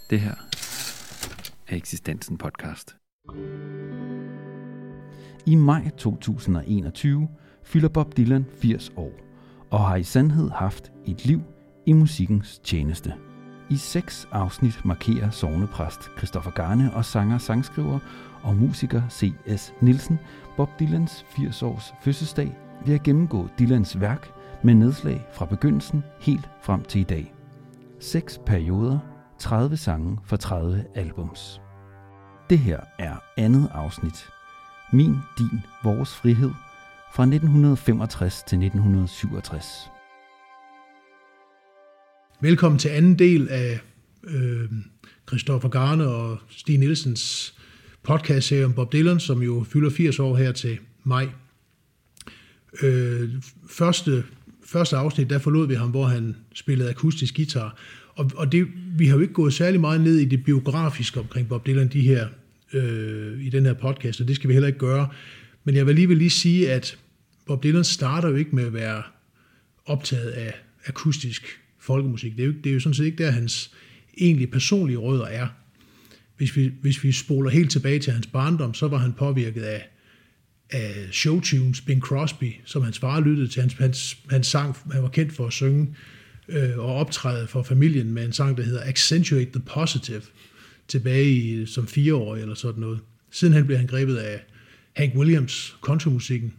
Det her er Eksistensen podcast. I maj 2021 fylder Bob Dylan 80 år og har i sandhed haft et liv i musikkens tjeneste. I 6 afsnit markerer sognepræst Christoffer Garne og sanger-sangskriver og musiker C.S. Nielsen Bob Dylans 80-års fødselsdag ved at gennemgå Dylans værk med nedslag fra begyndelsen helt frem til i dag. 6 perioder, 30 sange for 30 albums. Det her er andet afsnit. Min, din, vores frihed fra 1965 til 1967. Velkommen til anden del af Christoffer Garne og Stig Nielsens podcast-serie om Bob Dylan, som jo fylder 80 år her til maj. Første afsnit, der forlod vi ham, hvor han spillede akustisk guitar. Og det, vi har jo ikke gået særlig meget ned i det biografiske omkring Bob Dylan i den her podcast, og det skal vi heller ikke gøre. Men jeg vil alligevel lige sige, at Bob Dylan starter jo ikke med at være optaget af akustisk folkemusik. Det er jo sådan set ikke der, hans egentlig personlige rødder er. Hvis vi spoler helt tilbage til hans barndom, så var han påvirket af showtunes, Bing Crosby, som hans far lyttede til. Han sang, han var kendt for at synge og optræde for familien med en sang, der hedder Accentuate the Positive, tilbage som 4-årig eller sådan noget. Sidenhen blev han grebet af Hank Williams, countrymusikken,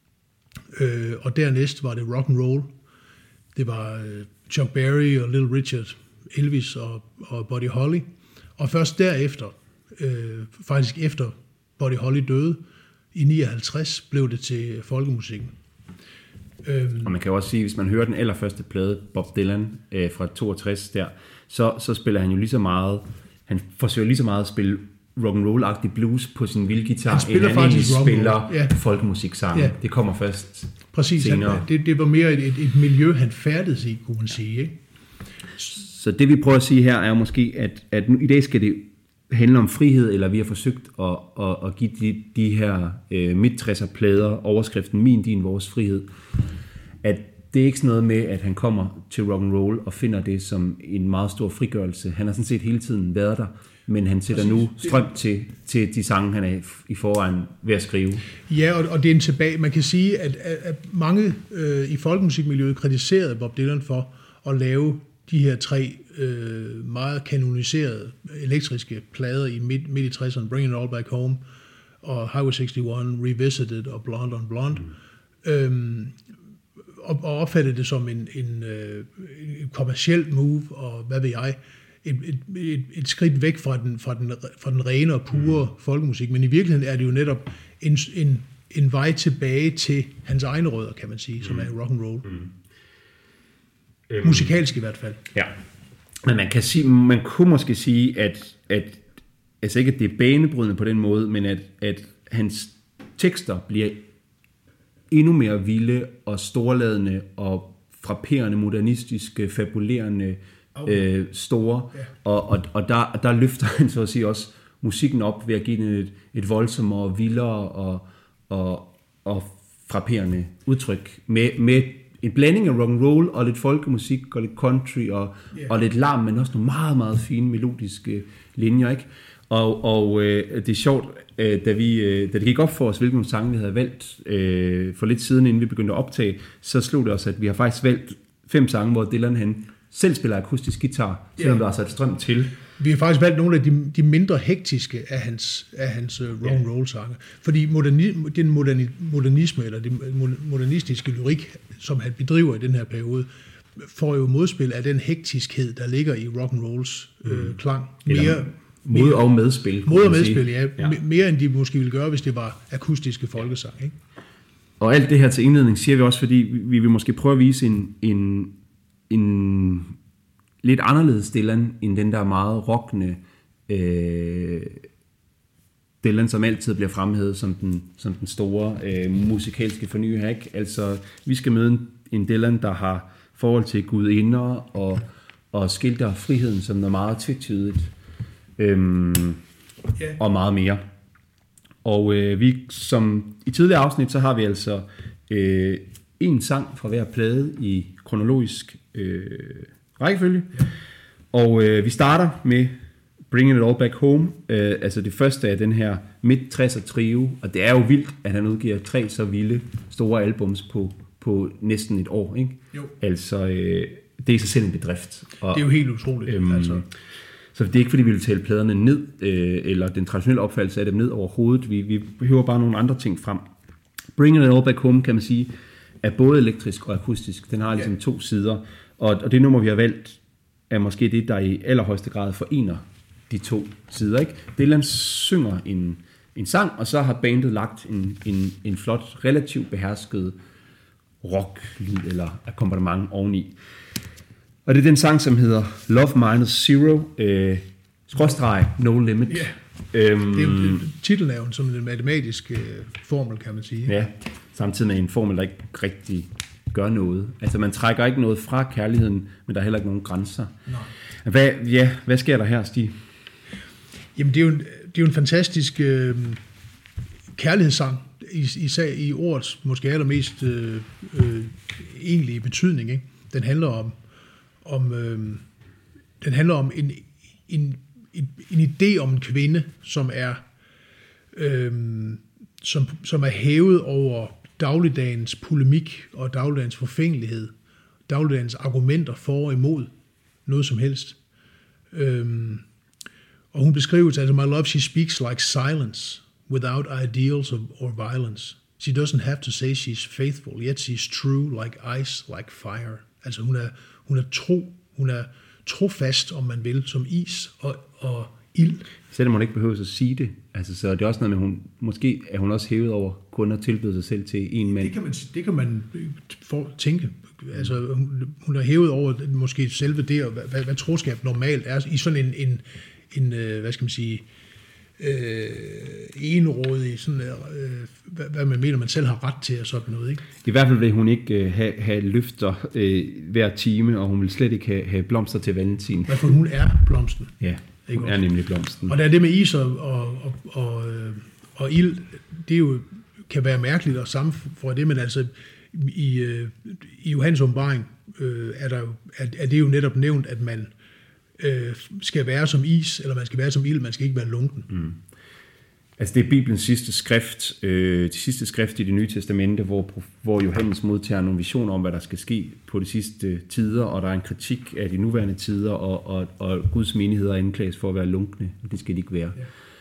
og dernæst var det rock and roll. Det var Chuck Berry og Little Richard, Elvis og Buddy Holly. Og først derefter, faktisk efter Buddy Holly døde i 59, blev det til folkemusikken. Og man kan jo også sige, hvis man hører den allerførste plade, Bob Dylan fra 62 der, så spiller han jo lige så meget, han forsøger lige så meget at spille rock'n'roll-agtig blues på sin vildguitar, end han egentlig spiller folkemusiksange. Ja. Det kommer først senere. Det var mere et miljø, han færdedes i, kunne man sige. Ikke? Så det vi prøver at sige her er måske, at i dag skal det handle om frihed, eller vi har forsøgt at give de her midt-60'er plader overskriften Min, din, vores frihed. At det er ikke sådan noget med, at han kommer til rock'n'roll og finder det som en meget stor frigørelse. Han har sådan set hele tiden været der, men han sætter nu strøm til de sange, han er i forvejen ved at skrive. Ja, og det er en tilbage. Man kan sige, at mange i folkemusikmiljøet kritiserede Bob Dylan for at lave de her 3 meget kanoniserede elektriske plader i midt i 60'erne, Bring It All Back Home, og Highway 61, Revisited og Blonde on Blonde, og opfattede det som en kommerciel move, og hvad ved jeg, et skridt væk fra den rene og pure folkemusik, men i virkeligheden er det jo netop en vej tilbage til hans egne rødder, kan man sige, som er rock and roll. Musikalsk i hvert fald. Ja, men man kunne måske sige, at altså ikke at det er banebrydende på den måde, men at hans tekster bliver endnu mere vilde og storladende og frapperende, modernistiske, fabulerende, store, og der løfter han så at sige også musikken op ved at give den et voldsommere, vildere og frapperende udtryk med en blanding af rock and roll og lidt folkemusik og lidt country og lidt larm, men også nogle meget, meget fine melodiske linjer, ikke? Og det er sjovt, da det gik op for os, hvilke sange vi havde valgt for lidt siden, inden vi begyndte at optage, så slog det os, at vi har faktisk valgt 5 sange, hvor Dylan han selv spiller akustisk guitar, selvom der er sat strøm til. Vi har faktisk valgt nogle af de mindre hektiske af hans rock and roll sange, fordi den modernisme eller det modernistiske lyrik, som han bedriver i den her periode, får jo modspil af den hektiskhed, der ligger i rock and rolls klang. Mod og medspil. Mod og medspil, ja. Mere end de måske ville gøre, hvis det var akustiske folkesang, ikke? Og alt det her til indledning siger vi også, fordi vi vil måske prøve at vise en lidt anderledes Dylan, end den der meget rockende Dylan, som altid bliver fremhævet som den store musikalske fornyer, ikke? Altså, vi skal møde en Dylan, der har forhold til gudinder og skildrer friheden som noget meget tvetydigt, og meget mere. Og vi, som i tidligere afsnit, så har vi altså en sang fra hver plade i kronologisk rækkefølge. Og vi starter med Bringing It All Back Home, altså det første af den her midt-60'er trio, og det er jo vildt, at han udgiver 3 så vilde store albums på næsten et år, ikke? Jo. Altså, det er i sig selv en bedrift. Og, det er jo helt utroligt. Altså. Så det er ikke, fordi vi vil tale pladerne ned, eller den traditionelle opfattelse af dem ned overhovedet. Vi behøver bare nogle andre ting frem. Bringing It All Back Home, kan man sige, er både elektrisk og akustisk. Den har ligesom 2 sider, og det nummer, vi har valgt, er måske det, der i allerhøjeste grad forener de 2 sider. Ikke? Dylan synger en sang, og så har bandet lagt en flot, relativt behersket rock-lyd eller akkompagnement oveni. Og det er den sang, som hedder Love Minus Zero, / No Limit. Yeah. Det er jo titlen er jo som en matematisk formel, kan man sige. Ja, samtidig med en formel, der ikke rigtig gør noget. Altså man trækker ikke noget fra kærligheden, men der er heller ikke nogen grænser. Hvad sker der her, Stig? Jamen det er jo en fantastisk kærlighedssang, især i ordets måske allermest egentlige betydning. Ikke? Den handler om en idé om en kvinde, som er hævet over dagligdagens polemik og dagligdagens forfængelighed, dagligdagens argumenter for og imod noget som helst. Og hun beskrives, altså, my love, she speaks like silence, without ideals or violence. She doesn't have to say she's faithful, yet she's true like ice, like fire. Altså hun er tro, hun er trofast, om man vil, som is og ild. Selvom hun ikke behøver at sige det. Altså, så det er også noget med, måske er hun også hævet over kun at tilbyde sig selv til en mand. Det kan man tænke. Altså, hun er hævet over måske selve det, og hvad troskab normalt er, i sådan en hvad skal man sige, enrådig, sådan, hvad man mener, man selv har ret til, og sådan noget, ikke? I hvert fald vil hun ikke have løfter hver time, og hun vil slet ikke have blomster til valentin. For hun er blomsten. Ja, hun er nemlig blomsten. Og der er det med is og ild, det jo kan være mærkeligt og sammenføre det, men altså i Johannes åbenbaring er det jo netop nævnt, at man skal være som is, eller man skal være som ild, man skal ikke være lunken. Mm. Altså det er Bibelens sidste skrift, det sidste skrift i Det Nye Testamente, hvor Johannes modtager nogle visioner om, hvad der skal ske på de sidste tider, og der er en kritik af de nuværende tider, og Guds menigheder anklages for at være lunkne. Det skal de ikke være.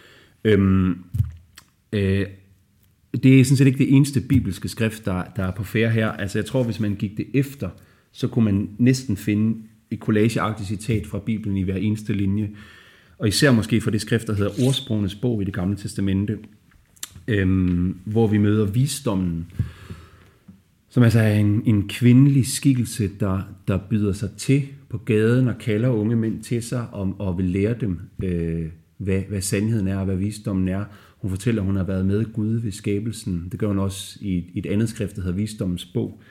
Ja. Det er sådan set ikke det eneste bibelske skrift, der er på færde her. Altså jeg tror, hvis man gik det efter, så kunne man næsten finde et collageagtigt citat fra Bibelen i hver eneste linje. Og især måske for det skrift, der hedder Ordsprongenes bog i Det Gamle Testamente, hvor vi møder visdommen, som altså er en kvindelig skikkelse, der byder sig til på gaden og kalder unge mænd til sig og vil lære dem, hvad sandheden er og hvad visdommen er. Hun fortæller, at hun har været med Gud ved skabelsen. Det gør hun også i et andet skrift, der hedder Visdommens bog.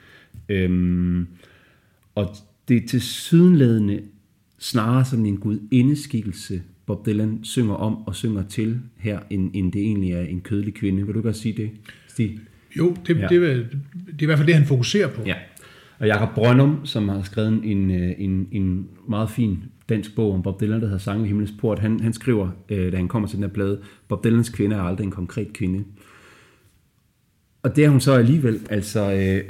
Og det er tilsyneladende snarere sådan en gudindeskikkelse, Bob Dylan synger om og synger til her, end det egentlig er en kødelig kvinde. Vil du godt sige det, Stig? Jo, det er i hvert fald det, han fokuserer på. Ja. Og Jakob Brøndum, som har skrevet en meget fin dansk bog om Bob Dylan, der hedder Sange ved himlens port, han skriver, da han kommer til den her plade, Bob Dylans kvinde er aldrig en konkret kvinde. Og det er hun så alligevel. Altså,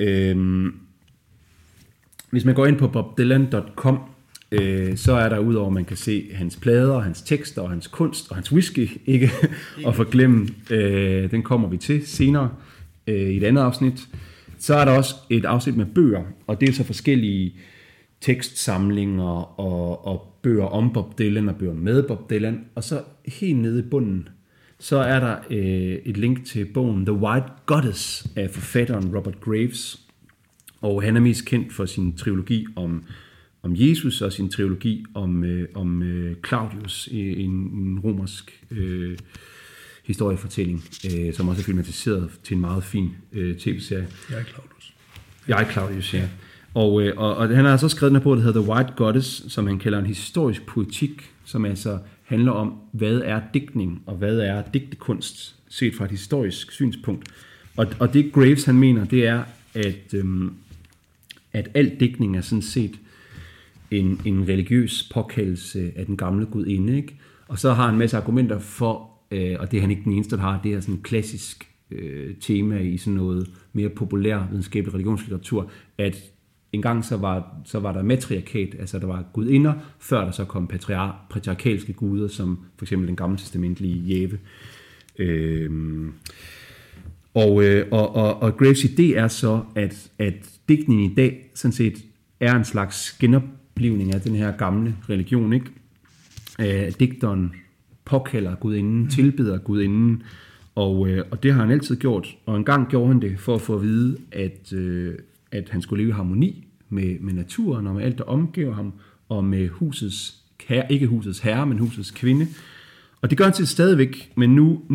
hvis man går ind på bobdylan.com, så er der udover, man kan se hans plader, hans tekster, og hans kunst, og hans whisky, ikke at forglemme, den kommer vi til senere i et andet afsnit. Så er der også et afsnit med bøger, og det er så forskellige tekstsamlinger og bøger om Bob Dylan og bøger med Bob Dylan. Og så helt nede i bunden, så er der et link til bogen The White Goddess af forfatteren Robert Graves. Og han er mest kendt for sin trilogi om Jesus og sin trilogi om Claudius, en romersk historiefortælling, som også er filmatiseret til en meget fin tv-serie. Jeg er Claudius, ja. Og han har så skrevet den her bog, der hedder The White Goddess, som han kalder en historisk poetik, som altså handler om, hvad er digtning, og hvad er digtekunst, set fra et historisk synspunkt. Og det Graves, han mener, det er, at al digtning er sådan set en religiøs påkaldelse af den gamle gudinde, ikke? Og så har han en masse argumenter for, og det er han ikke den eneste, der har, det er sådan en klassisk tema i sådan noget mere populær videnskabelig religionslitteratur, at engang så var der matriarkat, altså der var gudinder, før der så kom patriarkalske guder, som for eksempel den gamle testamentlige Jave. Og Graves idé er så, at digtningen i dag sådan set er en slags genoplivning af den her gamle religion, ikke? Digteren påkalder gudinden, tilbeder gudinden, og det har han altid gjort, og engang gjorde han det for at få at vide, at han skulle leve i harmoni med naturen og med alt, der omgiver ham, og med husets herre, ikke husets herre, men husets kvinde. Og det gør han til stadigvæk, men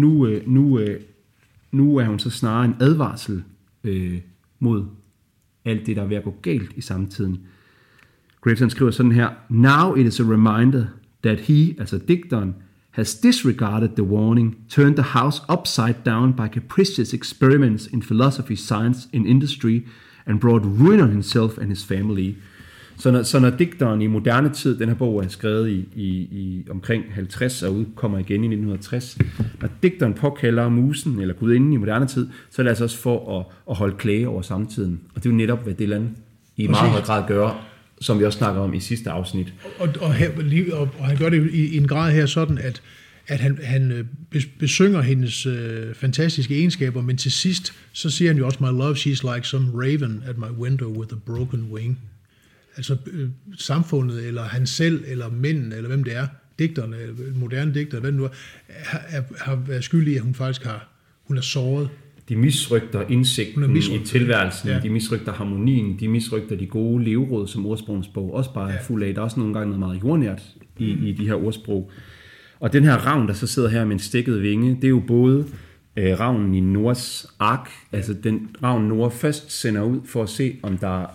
nu er hun så snarere en advarsel mod alt det, der er ved at gå galt i samtiden. Graves skriver sådan her: Now it is a reminder that he, altså digteren, has disregarded the warning, turned the house upside down by capricious experiments in philosophy, science, and industry, and brought ruin on himself and his family. Så når digteren i moderne tid, den her bog er skrevet i omkring 50 og udkommer igen i 1960, når digteren påkalder musen eller gudinden i moderne tid, så er det altså også for at holde klage over samtiden. Og det er jo netop, hvad Dylan i meget høj grad gør, som vi også snakker om i sidste afsnit. Og han gør det i en grad her sådan, at han besynger hendes fantastiske egenskaber, men til sidst, så siger han jo også, my love, she's like some raven at my window with a broken wing. Altså samfundet, eller han selv, eller mænden, eller hvem det er, digterne, moderne digter, hvad det nu er, har været skyldig i, at hun faktisk hun er såret. De misrygter indsigten i tilværelsen, ja. De misrygter harmonien, de misrygter de gode leveråd, som ordsprogsbog også bare er fuld af. Der er også nogle gange noget meget jordnært i de her ordsprog. Og den her ravn, der så sidder her med en stikket vinge, det er jo både ravnen i Noahs ark, altså den ravn Noah først sender ud for at se, om der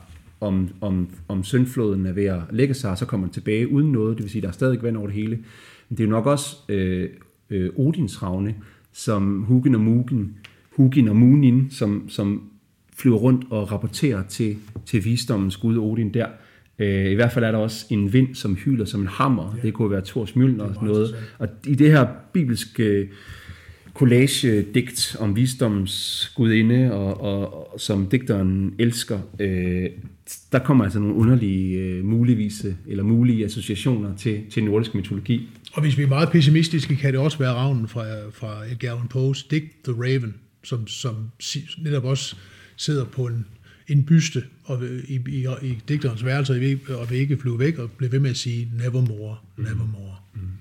om syndfloden er ved at lægge sig, og så kommer den tilbage uden noget, det vil sige, der er stadig vand over det hele. Men det er jo nok også Odins ravne, som Hugin og Munin, som flyver rundt og rapporterer til visdommens gud Odin der. I hvert fald er der også en vind, som hyler som en hammer. Ja. Det kunne være Thors Mjølner og sådan noget. Og i det her bibelske collage-digt om visdommens gudinde, og som digteren elsker, der kommer altså nogle underlige mulige associationer til nordisk mytologi. Og hvis vi er meget pessimistiske, kan det også være ravnen fra Edgar Allan Poes digt The Raven, som netop også sidder på en byste og i digterens værelse og vil ikke flyve væk og blive ved med at sige nevermore, nevermore.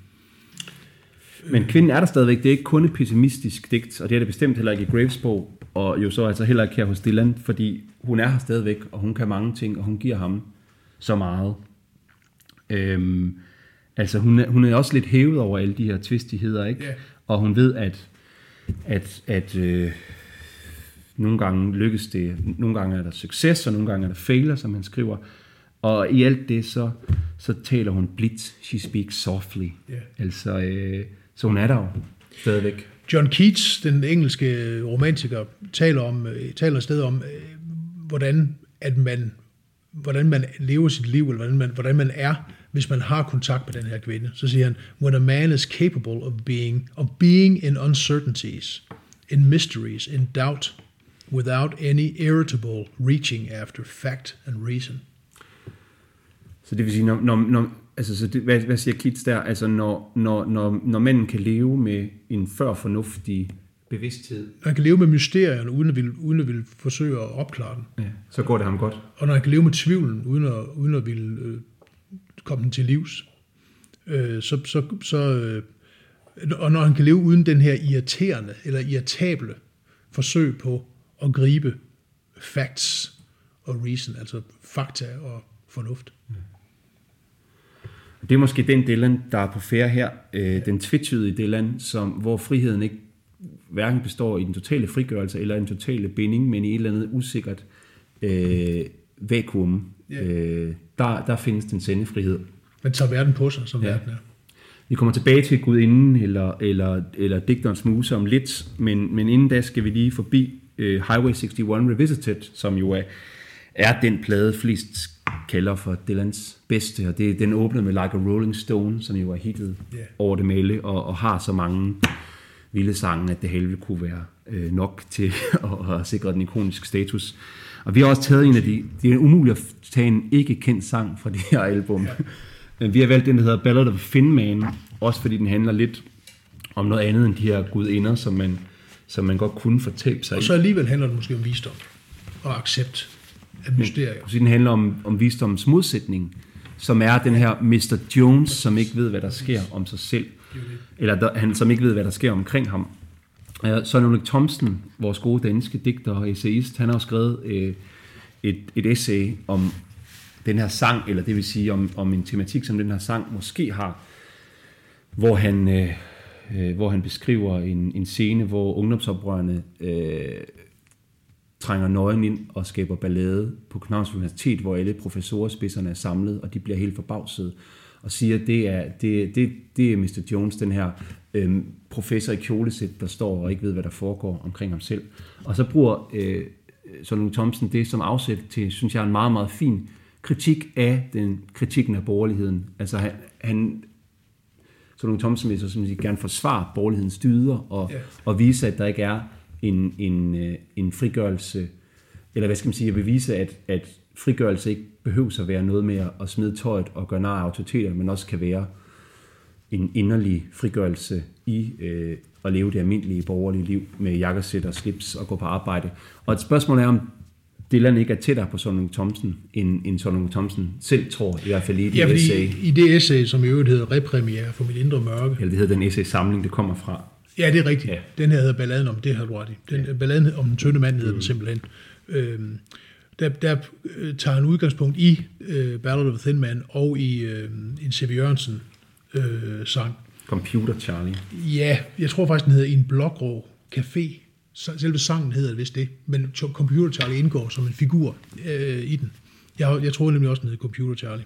Men kvinden er der stadigvæk. Det er ikke kun et pessimistisk digt, og det er det bestemt heller ikke i Graves bog, og jo så altså heller ikke her hos Dylan, fordi hun er her stadigvæk, og hun kan mange ting, og hun giver ham så meget. Altså hun er også lidt hævet over alle de her tvistigheder, ikke? Yeah. Og hun ved, at nogle gange lykkes det, nogle gange er der succes, og nogle gange er der failure, som han skriver. Og i alt det, så taler hun blidt. She speaks softly. Yeah. Altså, så hun er der jo stadigvæk. John Keats, den engelske romantiker, taler et sted om, hvordan man lever sit liv, eller hvordan man er, hvis man har kontakt med den her kvinde. Så siger han, when a man is capable of being in uncertainties, in mysteries, in doubt, without any irritable reaching after fact and reason. Så det vil sige, hvad siger Keats der? Altså, når manden kan leve med en fornuftig bevidsthed. Han kan leve med mysterierne, uden at ville forsøge at opklare den. Ja, så går det ham godt. Og når han kan leve med tvivlen, uden at ville komme den til livs. Og når han kan leve uden den her irriterende eller irritable forsøg på at gribe facts og reason, altså fakta og fornuft. Det er måske den Dylan, der er på færre her, den tvetydige Dylan, hvor friheden ikke hverken består i den totale frigørelse eller en totale binding, men i et eller andet usikkert vakuum. Yeah. Der findes den sande Man tager verden på sig, som verden er. Vi kommer tilbage til gudinden eller digterens muse om lidt, men inden da skal vi lige forbi Highway 61 Revisited, som jo er den plade flest kalder for Dylans bedste, og den åbner med Like a Rolling Stone, som jo er hittet over det melde, og har så mange vilde sange, at det hele kunne være nok til at sikre den ikoniske status. Og vi har også taget en af det er umuligt at tage en ikke kendt sang fra det her album. Ja. Vi har valgt den, der hedder Ballad of a Thin Man, også fordi den handler lidt om noget andet end de her gudinder, som man godt kunne fortælle sig. Og så alligevel handler det måske om visdom og accept af mysterier. Den handler om visdommens modsætning, som er den her Mr. Jones, som ikke ved, hvad der sker om sig selv. Eller han som ikke ved, hvad der sker omkring ham. Søren Ulrik Thomsen, vores gode danske digter og essayist, han har jo skrevet et essay om den her sang, eller det vil sige om en tematik, som den her sang måske har, hvor han beskriver en scene, hvor ungdomsoprørerne trænger nøgen ind og skaber ballade på Københavns Universitet, hvor alle professorspidserne er samlet, og de bliver helt forbavset og siger, at det er Mr. Jones, den her professor i kjolesæt, der står og ikke ved, hvad der foregår omkring ham selv. Og så bruger Søren Ulrik Thomsen det som afsæt til, synes jeg, en meget, meget fin kritik af kritikken af borgerligheden. Altså Søren Ulrik Thomsen vil så gerne forsvare borgerlighedens dyder og vise, at der ikke er en frigørelse, eller hvad skal man sige, jeg vil vise, at frigørelse ikke behøver at være noget med at smide tøjet og gøre nar af autoriteter, men også kan være en inderlig frigørelse i at leve det almindelige borgerlige liv med jakkesæt og slips og gå på arbejde. Og et spørgsmål er, om Dylan ikke er tættere på Søren Ulrik Thomsen, end Søren Ulrik Thomsen selv tror, i hvert fald i det essay. I det essay, som i øvrigt hedder Repremiere for mit indre mørke. Eller det hedder den essay-samling, det kommer fra. Ja, det er rigtigt. Ja. Den her hedder Balladen om, det har du ret i. Balladen om den tynde mand hedder den simpelthen. Der tager han udgangspunkt i Ballad of a Thin Man og i en C.V. Jørgensen sang. Computer Charlie. Ja, jeg tror faktisk, den hedder I en blågrå café. Selve sangen hedder det vist det, men Computer Charlie indgår som en figur i den. Jeg tror nemlig også, den hedder Computer Charlie.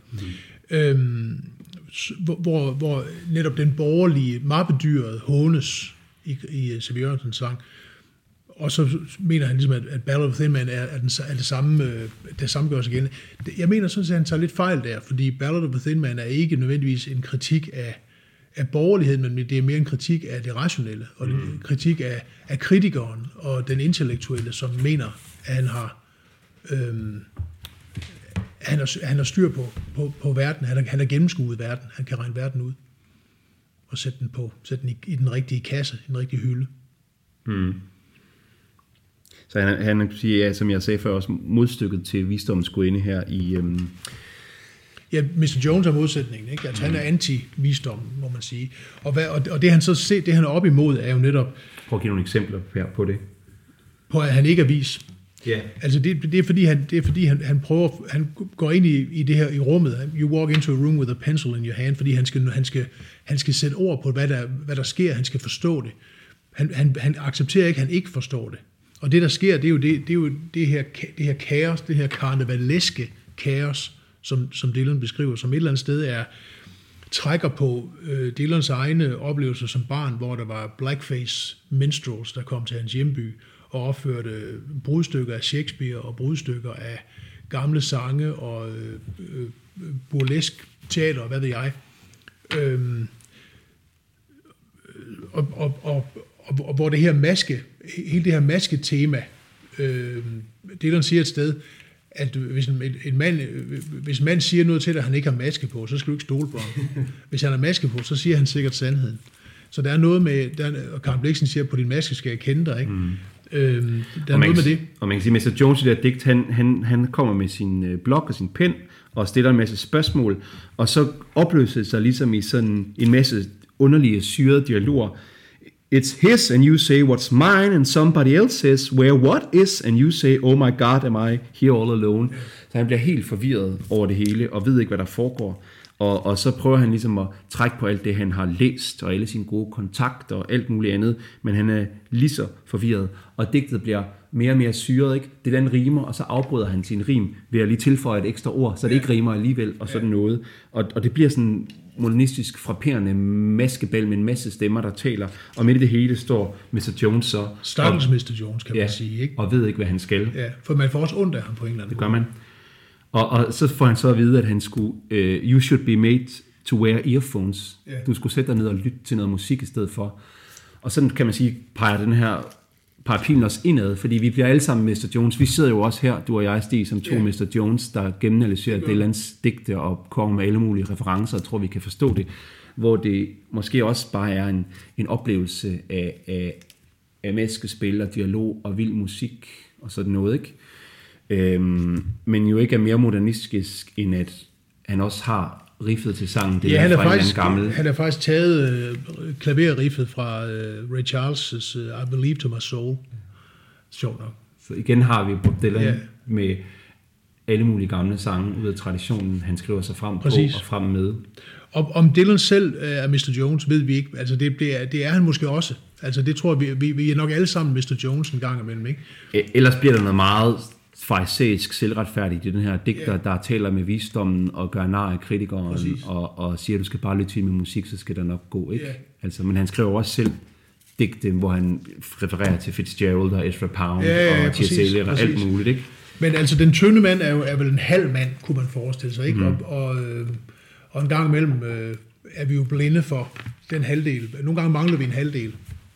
Hvor netop den borgerlige mappedyret hånes i C.V. Jørgensens sang. Og så mener han ligesom, at Ballad of a Thin Man er det samme gør sig gældende. Jeg mener sådan set, at han tager lidt fejl der, fordi Ballad of a Thin Man er ikke nødvendigvis en kritik af borgerligheden, men det er mere en kritik af det rationelle, og en kritik af kritikeren og den intellektuelle, som mener, at han har styr på verden, han har gennemskuet verden, han kan regne verden ud og sætte den i den rigtige kasse, i den rigtige hylde. Mm. Så han siger, som jeg sagde før, også modstykket til visdommens gudinde her i... Ja, Mr. Jones er modsætningen, ikke? Altså, han er anti-visdom, må man sige. Og det han så ser, det han er op imod, er jo netop... Prøv at give nogle eksempler på det. På at han ikke er vis. Ja. Altså det er fordi han prøver, han går ind i det her i rummet. You walk into a room with a pencil in your hand, fordi han skal sætte ord på hvad der sker. Han skal forstå det. Han accepterer ikke, at han ikke forstår det. Og det der sker, det er jo det her kaos, det her karnevaleske kaos, som Dylan beskriver, som et eller andet sted trækker på Dylans egne oplevelser som barn, hvor der var blackface minstrels, der kom til hans hjemby og opførte brudstykker af Shakespeare og brudstykker af gamle sange og burlesk teater, hvad ved jeg. Og hvor det her hele det her masketema, Dylan siger et sted, at hvis en mand siger noget til dig, han ikke har maske på, så skal du ikke stole på ham. Hvis han har maske på, så siger han sikkert sandheden. Så der er noget med, og Karen Blixen siger, på din maske skal jeg kende dig, ikke? Der er noget med det. Og man kan sige, Mr. Jones i det her digt, han kommer med sin blok og sin pen, og stiller en masse spørgsmål, og så opløser det sig ligesom i sådan en masse underlige, syrede dialoger. It's his, and you say, what's mine, and somebody else says, where what is, and you say, oh my God, am I here all alone? Så han bliver helt forvirret over det hele, og ved ikke, hvad der foregår. Og så prøver han ligesom at trække på alt det, han har læst, og alle sine gode kontakter, og alt muligt andet, men han er lige så forvirret, og digtet bliver mere og mere syret, ikke? Det den rimer, og så afbryder han sin rim ved at lige tilføje et ekstra ord, så det ikke rimer alligevel, og sådan noget. Og det bliver sådan modernistisk frapperende maskebal med en masse stemmer, der taler, og midt i det hele står Mr. Jones så... Stakkels Mr. Jones, kan man sige, ikke? Og ved ikke, hvad han skal. Ja, for man får også ondt af ham på en eller anden måde. Det gør man. Og så får han så at vide, at han skulle, you should be made to wear earphones. Yeah. Du skulle sætte dig ned og lytte til noget musik i stedet for. Og sådan kan man sige, peger pilen os indad, fordi vi bliver alle sammen Mr. Jones. Vi sidder jo også her, du og jeg, Stig, som to Mr. Jones, der gennemanalyserer Dylans digte og kommer med alle mulige referencer, og tror, vi kan forstå det. Hvor det måske også bare er en oplevelse af maskespil og dialog og vild musik og sådan noget, ikke? Men jo ikke er mere modernistisk, end at han også har riffet til sangen. Det han har faktisk taget klaverriffet fra Ray Charles' I Believe to My Soul. Sjovt nok. Så igen har vi Bob Dylan med alle mulige gamle sange ud af traditionen, han skriver sig frem på og frem med. Om Dylan selv er Mr. Jones, ved vi ikke. Altså det er han måske også. Altså det tror vi er nok alle sammen Mr. Jones en gang imellem, ikke? Ellers bliver der noget meget farisæisk selvretfærdigt i den her digter, der taler med visdommen og gør nar af kritikeren og siger, at du skal bare lytte til med musik, så skal der nok gå, ikke? Altså, men han skriver også selv digte, hvor han refererer til Fitzgerald og Ezra Pound og T.S. Eliot og alt muligt, ikke? Men altså, den tynde mand er vel en halv mand, kunne man forestille sig, ikke? Og en gang imellem er vi jo blinde for den halvdel. Nogle gange mangler vi en halvdel.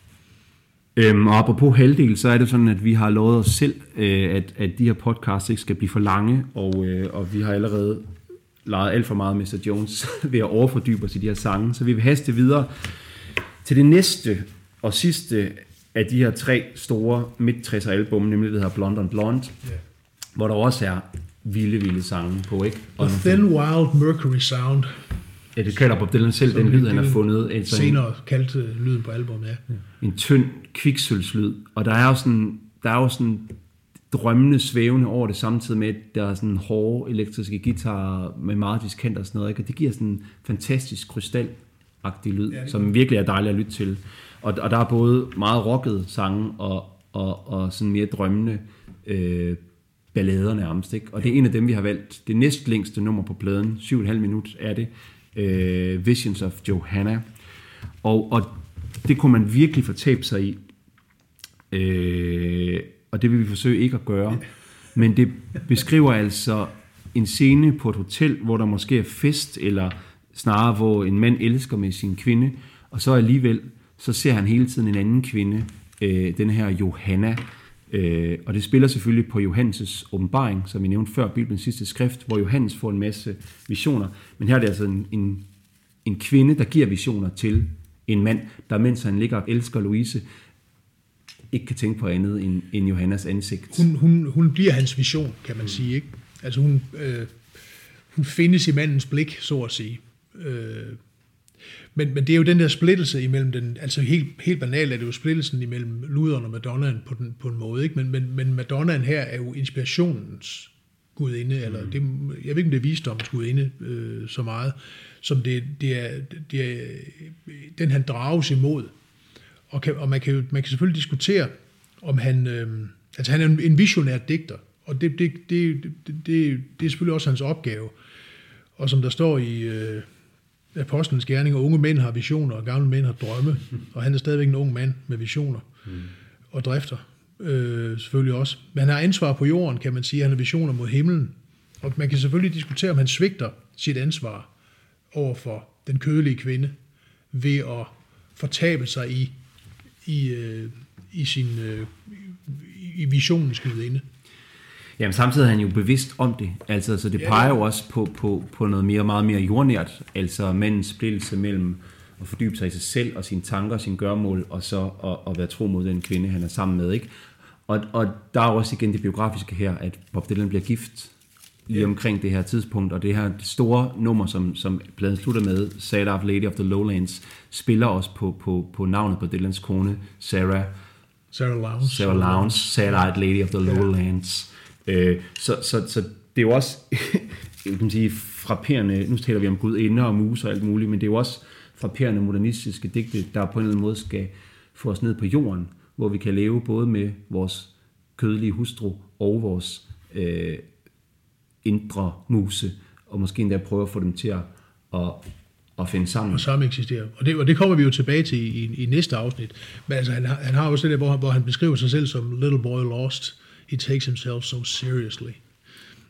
Og apropos halvdel, så er det sådan, at vi har lovet os selv, at de her podcasts ikke skal blive for lange, og vi har allerede leget alt for meget Mr. Jones ved at overfordybe os i de her sange, så vi vil haste videre til det næste og sidste af de her 3 store midt-60'er album, nemlig det her Blonde on Blonde, hvor der også er vilde sange på, ikke? Og The Thin Wild Mercury Sound. Ja, det kalder Bob Dylan selv, den lyd, han har fundet. Senere kaldte lyden på albumet, ja. En tynd kviksølvslyd, og der er jo sådan drømmende, svævende over det, samtidig med, at der er sådan hårde elektriske guitarer med meget diskant og sådan noget, ikke? Og det giver sådan en fantastisk krystalagtig lyd, som virkelig er dejlig at lytte til. Og der er både meget rockede sange og sådan mere drømmende ballader nærmest, ikke? Og det er en af dem, vi har valgt. Det næstlængste nummer på pladen, 7,5 minut er det, Visions of Johanna. Og det kunne man virkelig fortabe sig i. Og det vil vi forsøge ikke at gøre. Men det beskriver altså en scene på et hotel, hvor der måske er fest, eller snarere hvor en mand elsker med sin kvinde, og så alligevel, så ser han hele tiden en anden kvinde, den her Johanna. Og det spiller selvfølgelig på Johannes' åbenbaring, som vi nævnte før, Bibelens sidste skrift, hvor Johannes får en masse visioner. Men her er det altså en kvinde, der giver visioner til en mand, der mens han ligger og elsker Louise, ikke kan tænke på andet end Johannas ansigt. Hun bliver hans vision, kan man sige, ikke? Altså hun findes i mandens blik, så at sige. Men det er jo den der splittelse imellem den, altså helt banalt er det jo splittelsen imellem Luderen og Madonnaen på en måde, ikke? Men Madonnaen her er jo inspirationens gudinde, eller det, jeg ved ikke, om det er visdommens gudinde så meget, som det er den han drages imod. Og man kan selvfølgelig diskutere, om han, altså han er en visionær digter, og det er selvfølgelig også hans opgave. Og som der står i Apostlenes gerninger, unge mænd har visioner, og gamle mænd har drømme, og han er stadigvæk en ung mand med visioner og drifter, selvfølgelig også. Men han har ansvar på jorden, kan man sige, han har visioner mod himlen, og man kan selvfølgelig diskutere, om han svigter sit ansvar over for den kødelige kvinde, ved at fortabe sig i visionens gudinde. Jamen samtidig er han jo bevidst om det, altså så det peger jo også på noget meget mere jordnært, altså mandens splittelse mellem at fordybe sig i sig selv og sine tanker og sine gøremål, og så at være tro mod den kvinde, han er sammen med, ikke? Og der er også igen det biografiske her, at Bob Dylan bliver gift lige omkring det her tidspunkt, og det her store nummer, som pladen slutter med, Sad Eyed Lady of the Lowlands, spiller også på navnet på Dylans kone, Sarah Lowndes, Sad Eyed Lady of the Lowlands. Så det er jo også kan man sige, frapperende, nu taler vi om gudinder og mus og alt muligt, men det er jo også frapperende modernistiske digte, der på en eller anden måde skal få os ned på jorden, hvor vi kan leve både med vores kødelige hustru og vores indre muse, og måske endda prøve at få dem til at finde sammen. Og sammen eksistere. Og det kommer vi jo tilbage til i næste afsnit. Men altså, han har også det der, hvor han beskriver sig selv som little boy lost. He takes himself so seriously.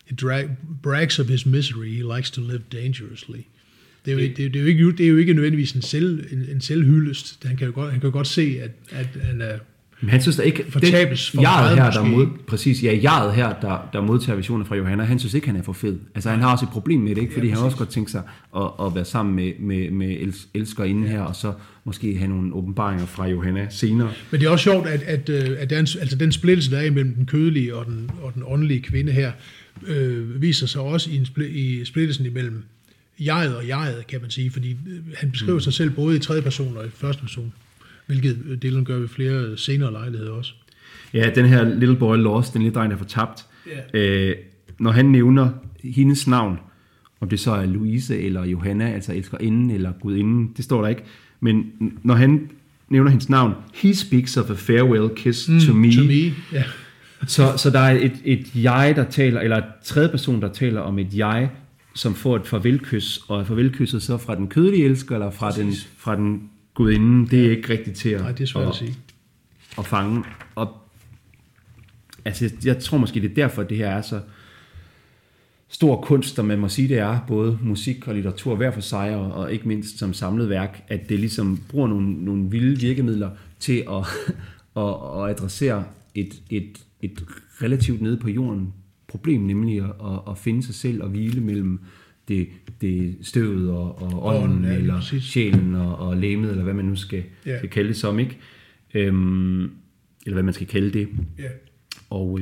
brags of his misery, he likes to live dangerously. Det er jo ikke nødvendigvis en selvhyldest. Han kan jo godt se, at han er... Men han synes da ikke, fortabes for meget her, præcis, ja, jaret her, der modtager visioner fra Johanna, han synes ikke, han er for fed. Altså, han har også et problem med det, ikke? Fordi han også godt tænkt sig at være sammen med elskerinden her, og så måske have nogle åbenbaringer fra Johanna senere. Men det er også sjovt, at den splittelse, der er imellem den kødelige og den åndelige kvinde her, viser sig også i splittelsen imellem jeget, kan man sige, fordi han beskriver sig selv både i tredje person og i første person. Hvilket Dylan gør ved flere senere lejligheder også. Ja, den her Little Boy Lost, den lille dreng, der er fortabt. Yeah. Når han nævner hendes navn, om det så er Louise eller Johanna, altså elskerinden eller gudinden, det står der ikke. Men når han nævner hendes navn, he speaks of a farewell kiss to me. To me. Yeah. Så der er et jeg, der taler, eller et tredje person, der taler om et jeg, som får et farvelkys, og farvelkysset så fra den kødelige elsker, eller fra den gudinden, det er ikke rigtigt til at fange. Og altså, jeg tror måske, det er derfor, at det her er så stor kunst, og man må sige, det er både musik og litteratur hver for sig, og ikke mindst som samlet værk, at det ligesom bruger nogle vilde virkemidler til at adressere et relativt nede på jorden problem, nemlig at finde sig selv og hvile mellem det støvet og ånden, eller sjælen og legemet, eller hvad man nu skal kalde det som, ikke? Eller hvad man skal kalde det. Yeah. Og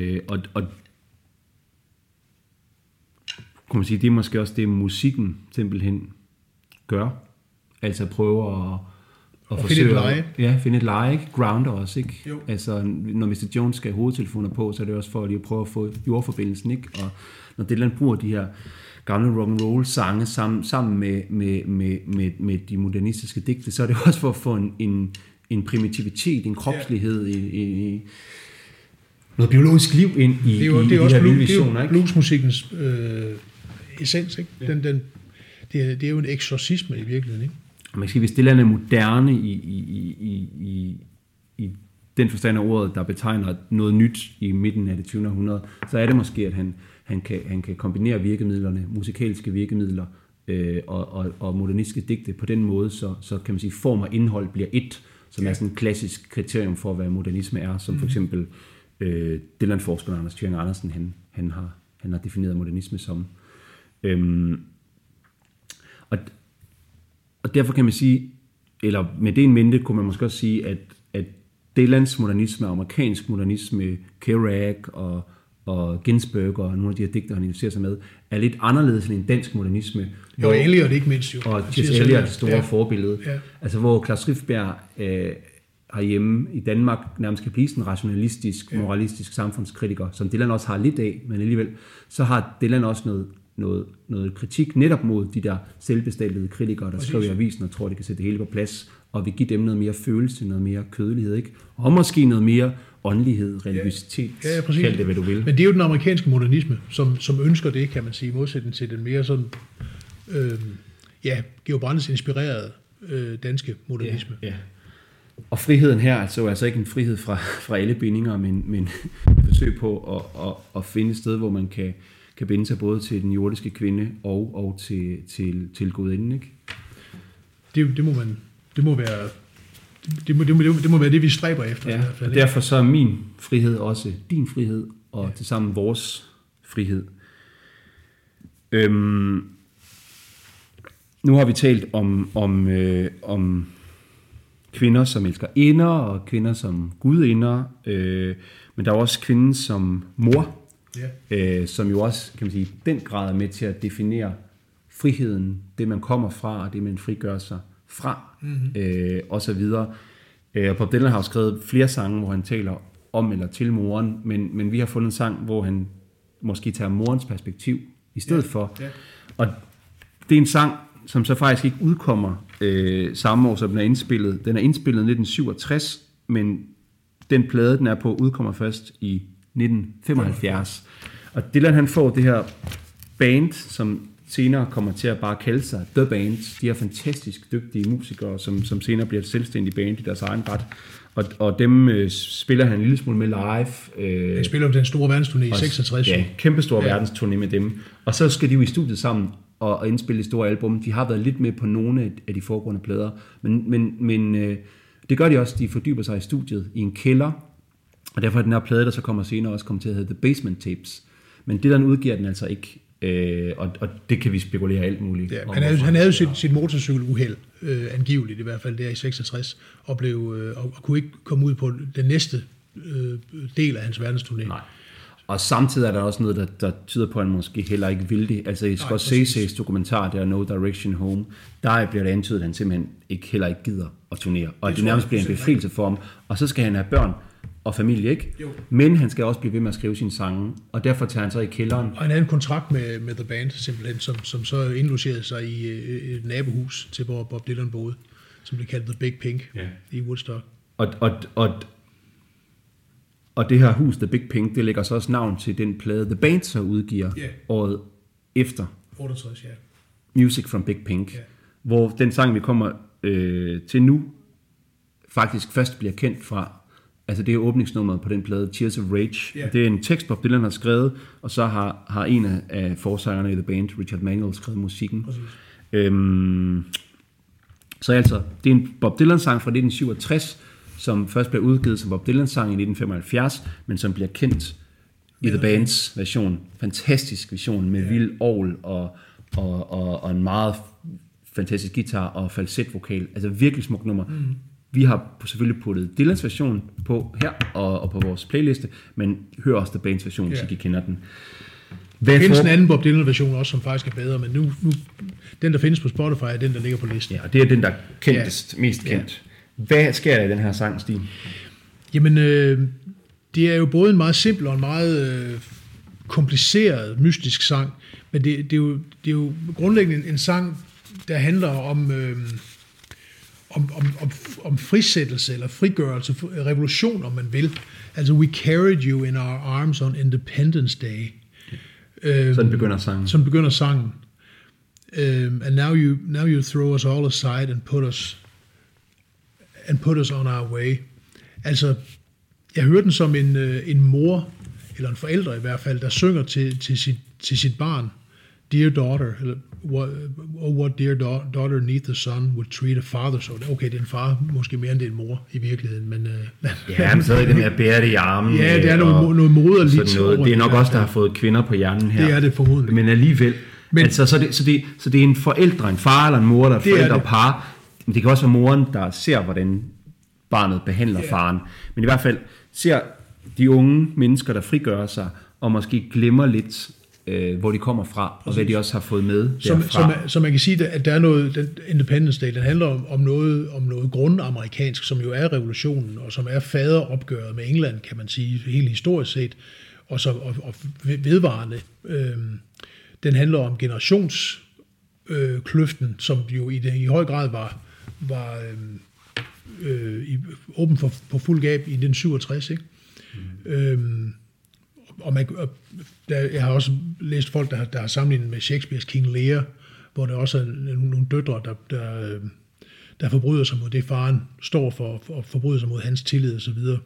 kunne man sige, det er måske også det, musikken simpelthen gør. Altså prøve at forsøge finde et leje. Ja, finde et leje, ikke? Grounder også, ikke? Jo. Altså, når Mr. Jones skal have hovedtelefoner på, så er det også for at prøve at få jordforbindelsen, ikke? Og når Dylan bruger de her gamle rock'n'roll sange sammen med de modernistiske digte, så er det også for at få en primitivitet, en kropslighed, i noget biologisk liv ind i de her vilde visioner. Det er bluesmusikkens essens, ikke? Ja. Det er jo en eksorcisme i virkeligheden, ikke? Og man kan sige, hvis Dylan er moderne i den forstand af ordet, der betegner noget nyt i midten af det 20. århundrede, så er det måske, at han kan kombinere virkemidlerne, musikalske virkemidler og modernistiske digte på den måde, så kan man sige, form og indhold bliver et, som er sådan et klassisk kriterium for, hvad modernisme er, som for eksempel Dylan-forskeren Anders Thyring Andersen, han har defineret modernisme som. Og derfor kan man sige, eller med det en mente, kunne man måske også sige, at Dylans modernisme, amerikansk modernisme, Kerouac og Ginsberg og nogle af de her digter, han interesserer sig med, er lidt anderledes end en dansk modernisme. Jo, Eliot ikke mindst jo. Og T.S. Eliot er det store forbillede. Ja. Altså hvor Claus Riffbjerg herhjemme i Danmark nærmest kan blive en rationalistisk, moralistisk samfundskritiker, som Dylan også har lidt af, men alligevel, så har Dylan også noget kritik netop mod de der selvbestaltede kritikere, der skriver i avisen og tror, de kan sætte det hele på plads, og vil give dem noget mere følelse, noget mere kødelighed, ikke? Og måske noget mere åndelighed, religiøsitet, kald det, hvad du vil. Men det er jo den amerikanske modernisme, som ønsker det, kan man sige, i modsætning til den mere sådan, Georg Brandes inspirerede danske modernisme. Ja. Og friheden her altså ikke en frihed fra alle bindinger, men et forsøg på at finde et sted, hvor man kan binde sig både til den jordiske kvinde og til gudinden, ikke? Det må være det, vi stræber efter. Ja, i hvert fald, og derfor så er min frihed også din frihed, og tilsammen vores frihed. Nu har vi talt om kvinder som elskerinder, og kvinder som gudinder, men der er også kvinden som mor, som jo også, kan man sige, i den grad er med til at definere friheden, det man kommer fra, og det man frigør sig fra, og så videre. Bob Dylan har jo skrevet flere sange, hvor han taler om eller til moren, men vi har fundet en sang, hvor han måske tager morens perspektiv i stedet for. Og det er en sang, som så faktisk ikke udkommer samme år, som den er indspillet. Den er indspillet i 1967, men den plade, den er på, udkommer først i 1975. Og Dylan, han får det her band, som senere kommer til at bare kalde sig The Band. De er fantastisk dygtige musikere, som senere bliver et selvstændigt band i deres egen ret. Og dem spiller han en lille smule med live. Han spiller den store verdensturné i 66. Ja, kæmpestor verdensturné med dem. Og så skal de jo i studiet sammen og indspille det store album. De har været lidt med på nogle af de foregående plader. Men det gør de også. De fordyber sig i studiet i en kælder. Og derfor er den her plade, der så kommer senere, også kommer til at hedde The Basement Tapes. Men det, der udgiver den altså ikke. Og det kan vi spekulere alt muligt. Ja, han havde jo sit motorcykeluheld, angiveligt i hvert fald der i 66, og kunne ikke komme ud på den næste del af hans verdensturné. Nej. Og samtidig er der også noget, der tyder på, at han måske heller ikke vil det. Altså i Scorsese's dokumentar, der er No Direction Home, der bliver det antydet, at han simpelthen heller ikke gider at turnere. Og det nærmest bliver en befrielse for ham. Og så skal han have børn og familie, ikke? Jo. Men han skal også blive ved med at skrive sine sange, og derfor tager han så i kælderen. Og han havde en kontrakt med The Band, simpelthen, som så indlogerede sig i et nabohus til, hvor Bob Dylan boede, som blev kaldt The Big Pink i Woodstock. Og det her hus, The Big Pink, det lægger så også navn til den plade, The Band så udgiver året efter. 68, ja. Music from Big Pink, hvor den sang, vi kommer til nu, faktisk først bliver kendt fra. Altså det er åbningsnummeret på den plade, Tears of Rage. Yeah. Det er en tekst, Bob Dylan har skrevet, og så har en af forsangerne i The Band, Richard Manuel, skrevet musikken. Så altså, det er en Bob Dylan-sang fra 1967, som først blev udgivet som Bob Dylan-sang i 1975, men som bliver kendt i The Bands version. Fantastisk version med vild orgel og en meget fantastisk guitar og falsetvokal. Altså virkelig smuk nummer. Vi har selvfølgelig puttet Dylans version på her og på vores playliste, men hør også The Bands version, hvis I kender den. Der findes en anden Bob Dylan version også, som faktisk er bedre, men nu den, der findes på Spotify, er den, der ligger på listen. Ja, og det er den, der er mest kendt. Hvad sker der i den her sang, Stine? Jamen, det er jo både en meget simpel og en meget kompliceret, mystisk sang, men det er jo grundlæggende en sang, der handler om frisættelse eller frigørelse, revolution, om man vil. Altså, we carried you in our arms on Independence Day. Sådan begynder sangen. Sådan begynder sangen. And now you throw us all aside and put us on our way. Altså, jeg hører den som en mor, eller en forælder i hvert fald, der synger til sit barn, Dear daughter, eller what dear daughter neath the sun would treat a father so. Okay, det er en far, måske mere end det er en mor i virkeligheden, men... ja, men så er det den her bære det i armen. Ja, det er noget moderligt. Det er nok også, der har fået kvinder på hjernen her. Det er det formodentlig. Men alligevel, altså, så det er en forældre, en far eller en mor, der er forældre og par. Men det kan også være moren, der ser, hvordan barnet behandler faren. Men i hvert fald ser de unge mennesker, der frigør sig, og måske glemmer lidt, hvor de kommer fra, og hvad de også har fået med derfra. Så man kan sige, at der er noget, den Independence Day, den handler om noget grundamerikansk, som jo er revolutionen, og som er faderopgøret med England, kan man sige, helt historisk set, og vedvarende. Den handler om generationskløften, som jo i høj grad var åben for fuld gab i 1967, ikke? Jeg har også læst folk, der har sammenlignet med Shakespeares King Lear, hvor der også er nogle døtre, der forbryder sig mod det, faren står for, og forbryder sig mod hans tillid og så videre.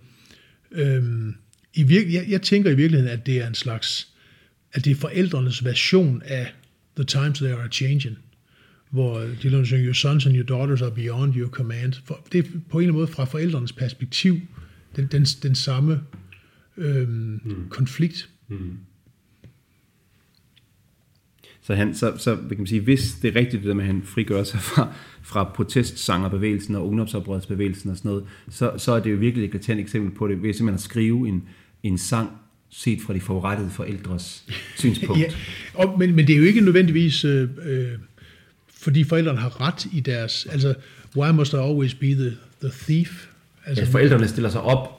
Jeg tænker i virkeligheden, at det er en slags, at det er forældrenes version af The Times They Are Changing, hvor Dylan synger, your sons and your daughters are beyond your command. Det er på en eller anden måde fra forældrenes perspektiv den samme konflikt. Så kan man sige, hvis det er rigtigt det der med, at han frigør sig fra protestsangerbevægelsen og ungdomsoprørsbevægelsen og sådan noget, så er det jo virkelig et eklatant eksempel på det, ved simpelthen at skrive en sang set fra de forurettede forældres synspunkt. Ja, men det er jo ikke nødvendigvis fordi forældrene har ret i deres, altså why must I always be the thief? Altså, forældrene stiller sig op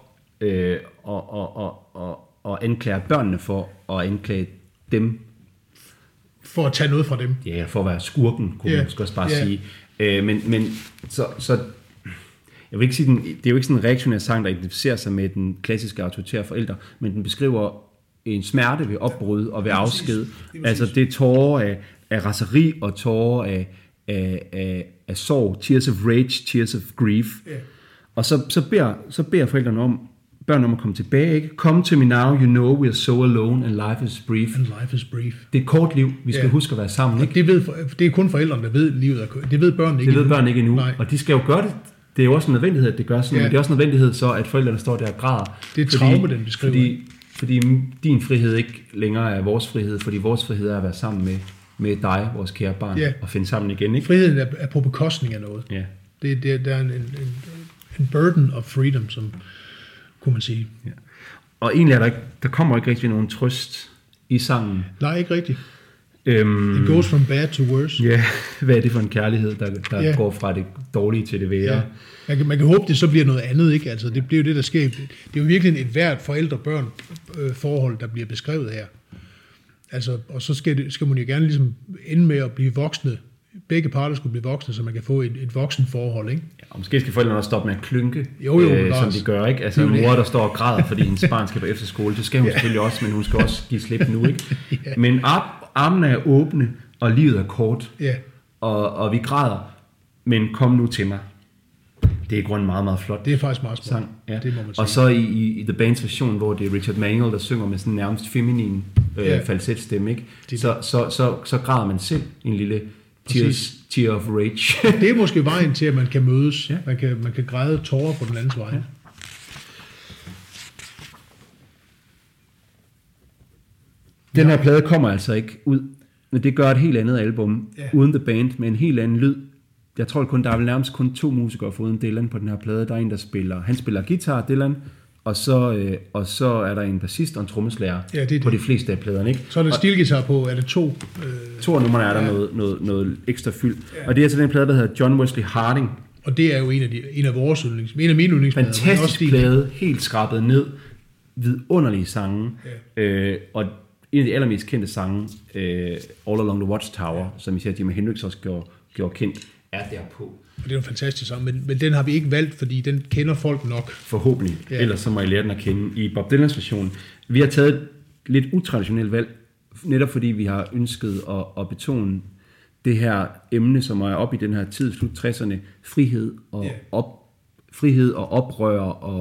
og anklager børnene for at anklage dem. For at tage noget fra dem. Ja, for at være skurken, kunne man måske også bare sige. Men så jeg vil ikke sige, det er jo ikke sådan en reaktionær sang, der identificerer sig med den klassiske autoritære forælder, men den beskriver en smerte ved opbrud og ved afsked. Altså det er tårer af raseri og tårer af sorg, tears of rage, tears of grief. Ja. Og så beder forældrene børn om at komme tilbage, ikke? Come to me now, you know we are so alone, and life is brief. And life is brief. Det er et kort liv, vi skal huske at være sammen, ikke? Det er kun forældrene, der ved livet. Det ved børnene ikke. Det ved børn ikke endnu, Nej. og de skal jo gøre det. Det er jo også en nødvendighed, at det gør sådan, men det er også en nødvendighed så, at forældrene står der og græder. Det er traume, den beskriver. Fordi din frihed ikke længere er vores frihed, fordi vores frihed er at være sammen med dig, vores kære barn, og finde sammen igen, ikke? Friheden er på bekostning af noget. Ja. Der er en burden of freedom, som kunne man sige. Ja. Og egentlig der kommer ikke rigtig nogen trøst i sangen. Nej, ikke rigtigt. It goes from bad to worse. Ja, hvad er det for en kærlighed, der går fra det dårlige til det værre? Ja. Man kan håbe, det så bliver noget andet, ikke? Altså, det bliver jo det, der sker. Det er jo virkelig et hvert forældre-børn forhold, der bliver beskrevet her. Altså, og så skal man jo gerne ligesom ende med at blive voksne. Begge parter skulle blive voksne, så man kan få et voksen forhold, ikke? Ja, og måske skal forældrene også stoppe med at klynke, som de gør, ikke? Altså en mor, der står og græder, fordi hendes barn skal på efterskole, det skal hun selvfølgelig også, men hun skal også give slip nu, ikke? Ja. Men armene er åbne, og livet er kort, og vi græder, men kom nu til mig. Det er i grunden meget, meget flot. Det er faktisk meget smart. Ja. Det må man sige. Og så i The Bands version, hvor det er Richard Manuel, der synger med sådan en nærmest feminin falsetstemme, ikke? Så græder man selv en lille tear of rage. Det er måske vejen til, at man kan mødes. Ja. Man kan græde tårer på den andens vej. Ja. Den her plade kommer altså ikke ud, men det gør et helt andet album, uden The Band, med en helt anden lyd. Jeg tror kun, der er vel nærmest kun 2 musikere foruden Dylan på den her plade. Der er en, der spiller guitar, Dylan, og så er der en bassist og en trommeslager på de fleste af pladerne, ikke? Så er der stilguitar på, er det 2? 2 af numrene er der noget ekstra fyld. Ja. Og det er altså den plade, der hedder John Wesley Harding. Og det er jo en af mine yndlingsplader. Fantastisk plade, helt skrabet ned, vidunderlige sange, og en af de allermest kendte sange, All Along the Watchtower, som især Jimi Hendrix også gjorde kendt, er derpå. Og det er en fantastisk sang, men den har vi ikke valgt, fordi den kender folk nok. Forhåbentlig, ellers så må I lære den at kende i Bob Dylans version. Vi har taget et lidt utraditionelt valg, netop fordi vi har ønsket at betone det her emne, som er oppe i den her tid, slut 60'erne, frihed og oprør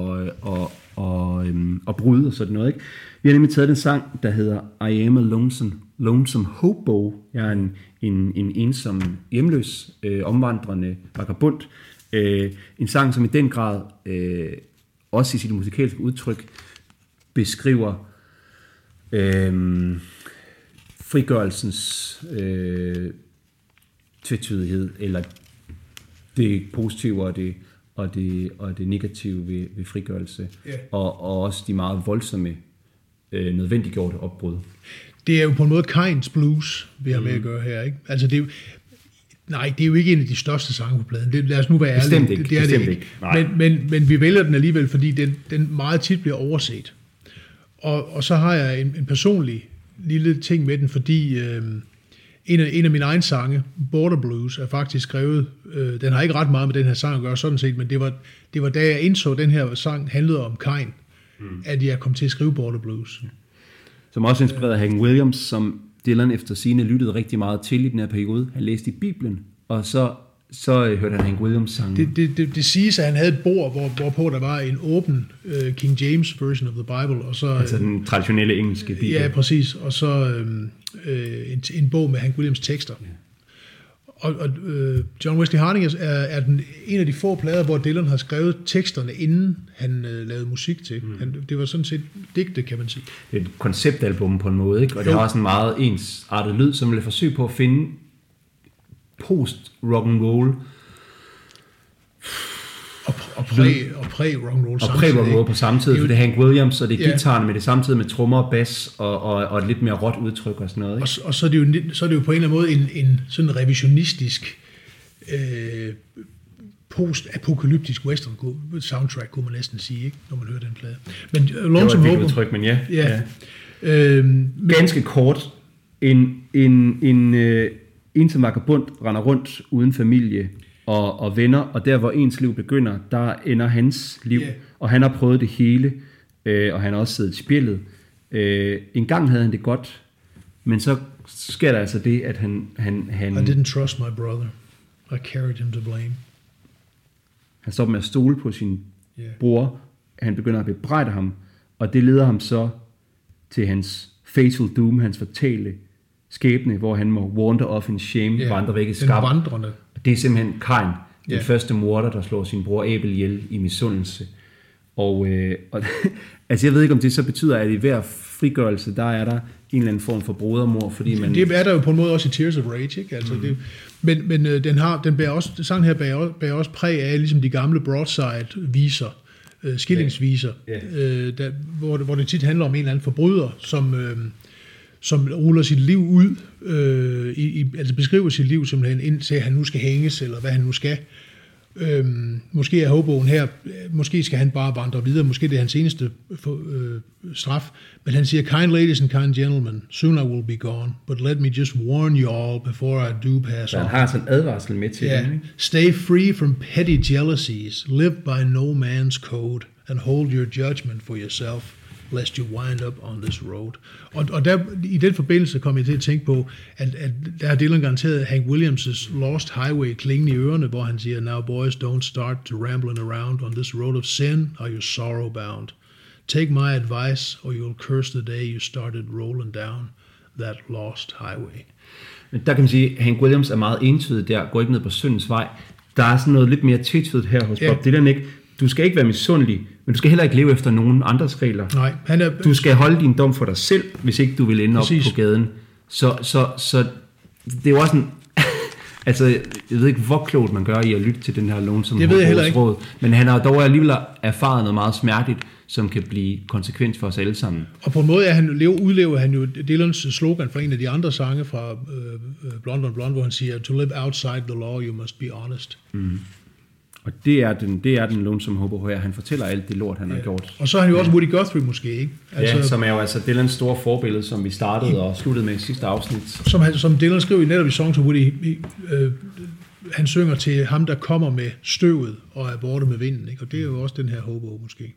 og brud og sådan noget, ikke? Vi har nemlig taget den sang, der hedder I Am a Lonesome Hobo. Jeg er en ensom, hjemløs, omvandrende vagabond. En sang, som i den grad, også i sit musikalske udtryk, beskriver frigørelsens tvetydighed, eller det positive og det negative ved frigørelse, og også de meget voldsomme nødvendiggjorte opbrud. Det er jo på en måde Kains blues, vi har med at gøre her, ikke? Altså det er jo ikke en af de største sange på pladen. Lad os nu være ærlige. Bestemt ikke. Men vi vælger den alligevel, fordi den meget tit bliver overset. Og så har jeg en personlig lille ting med den, fordi en af mine egne sange, Border Blues, er faktisk skrevet, den har ikke ret meget med den her sang at gøre sådan set, men det var da jeg indså, at den her sang handlede om Kain, at jeg kom til at skrive Border Blues. Som også inspirerede Hank Williams, som Dylan efter sigende lyttede rigtig meget til i den her periode. Han læste i Bibelen, og så hørte han Hank Williams sange. Det siges, at han havde et bord, hvorpå der var en åben King James version of the Bible. Og så, altså den traditionelle engelske bibel. Ja, præcis. Og så en bog med Hank Williams tekster. Ja. Og John Wesley Harding er en af de få plader, hvor Dylan har skrevet teksterne, inden han lavede musik til. Det var sådan set digte, kan man sige. Det er et konceptalbum på en måde, ikke? Og det har også en meget ensartet lyd, som vil forsøge på at finde post-rock'n'roll og præ-rock'n'roll samtidig. Og præ-rock'n'roll på samme tid, for det er Hank Williams, og det er guitaren med det samtidig med trommer og bas, og et lidt mere råt udtryk og sådan noget. Ikke? Og så er det jo på en eller anden måde en sådan revisionistisk post-apokalyptisk western soundtrack, kunne man næsten sige, ikke, når man hører den plade. Men Lonesome Hobo, udtryk, men ja. Ganske kort. En ensom vagabond render rundt uden familie og venner, og der hvor ens liv begynder, der ender hans liv, og han har prøvet det hele, og han har også siddet i spjældet. En gang havde han det godt, Men så sker der altså det, at han I didn't trust my brother. I carried him to blame. Han stopper med at stole på sin bror. Han begynder at bebrejde ham, og det leder ham så til hans fatal doom, hans fatale skæbne, hvor han må wander off in shame, vandre væk i skam. Det er simpelthen Kain, den første morder, der slår sin bror Abel ihjel i misundelse. Og altså jeg ved ikke, om det så betyder, at i hver frigørelse, der er der en eller anden form for brodermord, fordi man... Det er der jo på en måde også i Tears of Rage, ikke? Altså men den bærer også, sangen her bærer også præg af ligesom de gamle broadside-viser, skillingsviser, hvor det tit handler om en eller anden forbryder, som ruller sit liv ud, altså beskriver sit liv simpelthen, indtil han nu skal hænges, eller hvad han nu skal. Måske er hoboen her, måske skal han bare vandre videre, måske det er hans eneste straf, men han siger, kind ladies and kind gentlemen, soon I will be gone, but let me just warn you all before I do pass on. Han har sådan en advarsel med til dem, ikke? Stay free from petty jealousies, live by no man's code, and hold your judgment for yourself, lest you wind up on this road. Og der, i den forbindelse kom jeg til at tænke på, at der har Dylan garanteret Hank Williams' Lost Highway klingende i ørerne, hvor han siger, now boys, don't start to rambling around on this road of sin, or you're sorrow bound. Take my advice, or you'll curse the day you started rolling down that lost highway. Men der kan man sige, at Hank Williams er meget entydig der, går ikke ned på syndens vej. Der er sådan noget lidt mere tvetydigt her hos Bob Dylan, ikke? Du skal ikke være misundelig, men du skal heller ikke leve efter nogen andres regler. Nej, du skal holde din dom for dig selv, hvis ikke du vil ende op på gaden. Så det er jo også en... altså, jeg ved ikke, hvor klogt man gør i at lytte til den her Lonesome Hobos råd, men han har dog alligevel erfaret noget meget smerteligt, som kan blive konsekvens for os alle sammen. Og på en måde udlever han jo Dylans slogan fra en af de andre sange fra Blonde on Blonde, hvor han siger, to live outside the law, you must be honest. Mm. Og det er den Lonesome Hobo her. Han fortæller alt det lort, han har gjort. Og så er han jo også Woody Guthrie måske, ikke? Altså, som er jo altså Dylans store forbillede, som vi startede og sluttede med i sidste afsnit. Som Dylan skriver netop i Songs of Woody, han synger til ham, der kommer med støvet og er borte med vinden, ikke? Og det er jo også den her Hobo måske.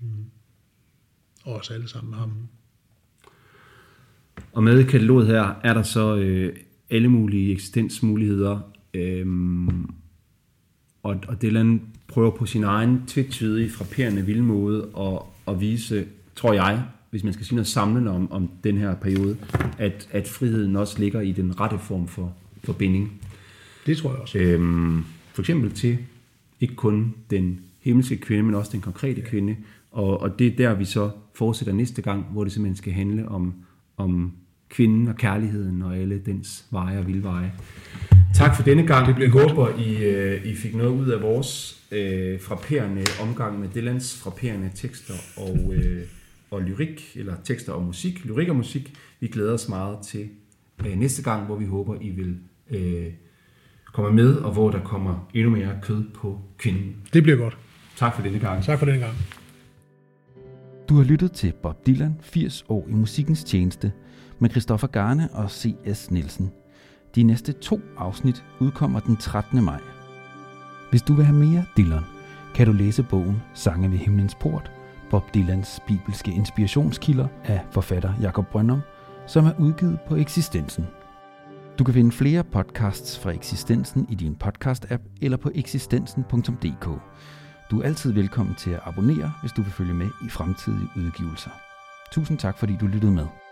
Og os alle sammen med ham. Og med i kataloget her er der så alle mulige eksistensmuligheder, og Dylan prøver på sin egen tvetydige, frapperende vildmåde at vise, tror jeg, hvis man skal sige noget samlende om den her periode, at friheden også ligger i den rette form for binding. Det tror jeg også. For eksempel til ikke kun den himmelske kvinde, men også den konkrete kvinde. Og det er der, vi så fortsætter næste gang, hvor det simpelthen skal handle om kvinden og kærligheden og alle dens veje og vildveje. Tak for denne gang. Jeg håber, I fik noget ud af vores frapperende omgang med Dylans frapperende tekster og lyrik, eller tekster og musik, lyrik og musik. Vi glæder os meget til næste gang, hvor vi håber, I vil komme med, og hvor der kommer endnu mere kød på kvinden. Det bliver godt. Tak for denne gang. Tak for denne gang. Du har lyttet til Bob Dylan 80 år i musikkens tjeneste med Christoffer Garne og C.S. Nielsen. De næste 2 afsnit udkommer den 13. maj. Hvis du vil have mere Dylan, kan du læse bogen Sange ved himlens port, Bob Dylans bibelske inspirationskilder af forfatter Jakob Brøndum, som er udgivet på Eksistensen. Du kan finde flere podcasts fra Eksistensen i din podcast-app eller på eksistensen.dk. Du er altid velkommen til at abonnere, hvis du vil følge med i fremtidige udgivelser. Tusind tak, fordi du lyttede med.